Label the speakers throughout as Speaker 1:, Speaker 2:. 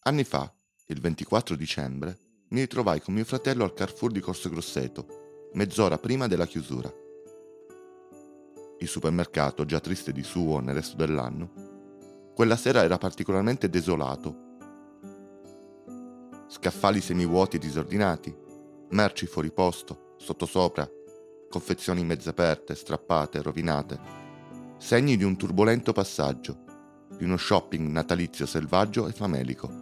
Speaker 1: Anni fa, il 24 dicembre, mi ritrovai con mio fratello al Carrefour di Corso Grosseto, mezz'ora prima della chiusura. Il supermercato, già triste di suo nel resto dell'anno, quella sera era particolarmente desolato. Scaffali semivuoti e disordinati, merci fuori posto, sottosopra, confezioni mezze aperte, strappate, rovinate, segni di un turbolento passaggio, di uno shopping natalizio selvaggio e famelico.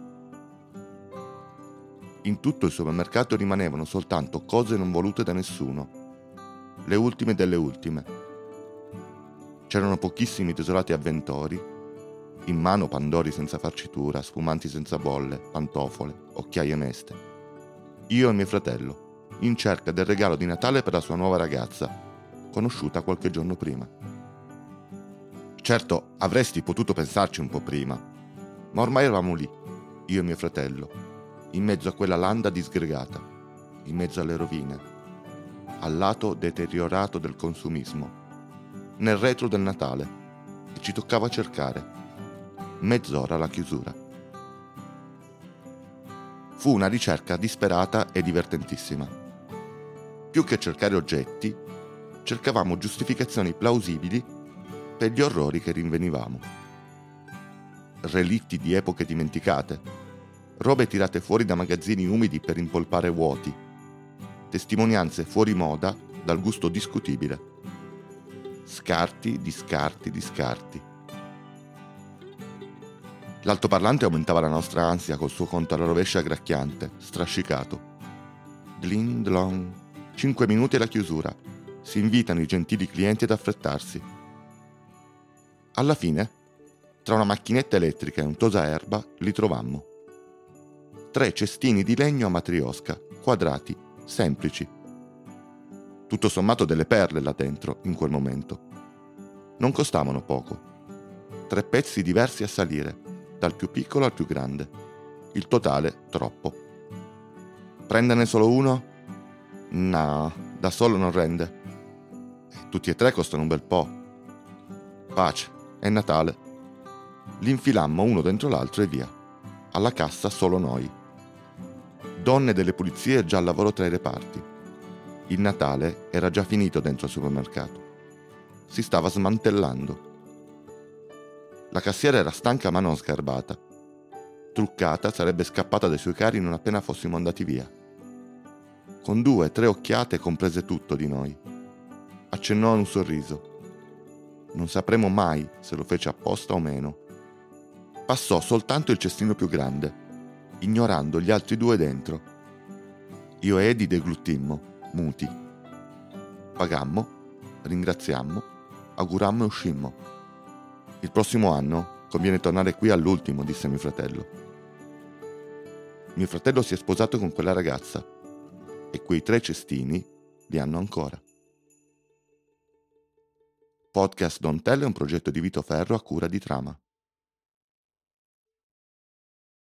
Speaker 1: In tutto il supermercato rimanevano soltanto cose non volute da nessuno, le ultime delle ultime. C'erano pochissimi desolati avventori, in mano pandori senza farcitura, spumanti senza bolle, pantofole, occhiaie meste. Io e mio fratello, in cerca del regalo di Natale per la sua nuova ragazza, conosciuta qualche giorno prima. Certo, avresti potuto pensarci un po' prima, ma ormai eravamo lì, io e mio fratello, in mezzo a quella landa disgregata, in mezzo alle rovine, al lato deteriorato del consumismo, nel retro del Natale, che ci toccava cercare, mezz'ora alla chiusura. Fu una ricerca disperata e divertentissima. Più che cercare oggetti, cercavamo giustificazioni plausibili per gli orrori che rinvenivamo. Relitti di epoche dimenticate, robe tirate fuori da magazzini umidi per impolpare vuoti, testimonianze fuori moda dal gusto discutibile, scarti di scarti di scarti. L'altoparlante aumentava la nostra ansia col suo conto alla rovescia gracchiante, strascicato. Glin glong, 5 minuti e la chiusura. Si invitano i gentili clienti ad affrettarsi. Alla fine, tra una macchinetta elettrica e un tosaerba, li trovammo. 3 cestini di legno a matriosca, quadrati, semplici. Tutto sommato delle perle là dentro, in quel momento. Non costavano poco. 3 pezzi diversi a salire, dal più piccolo al più grande. Il totale, troppo. Prenderne solo uno? No, da solo non rende. Tutti e 3 costano un bel po'. Pace, è Natale. Li infilammo uno dentro l'altro e via. Alla cassa solo noi. Donne delle pulizie già al lavoro tra i reparti. Il Natale era già finito dentro il supermercato. Si stava smantellando. La cassiera era stanca ma non sgarbata. Truccata, sarebbe scappata dai suoi cari non appena fossimo andati via. Con 2 o 3 occhiate comprese tutto di noi. Accennò un sorriso. Non sapremo mai se lo fece apposta o meno. Passò soltanto il cestino più grande, ignorando gli altri 2 dentro. Io e Eddie degluttimmo, muti. Pagammo, ringraziammo, augurammo e uscimmo. Il prossimo anno conviene tornare qui all'ultimo, disse mio fratello. Mio fratello si è sposato con quella ragazza e quei 3 cestini li hanno ancora. Podcast Don't Tell è un progetto di Vito Ferro a cura di Trama.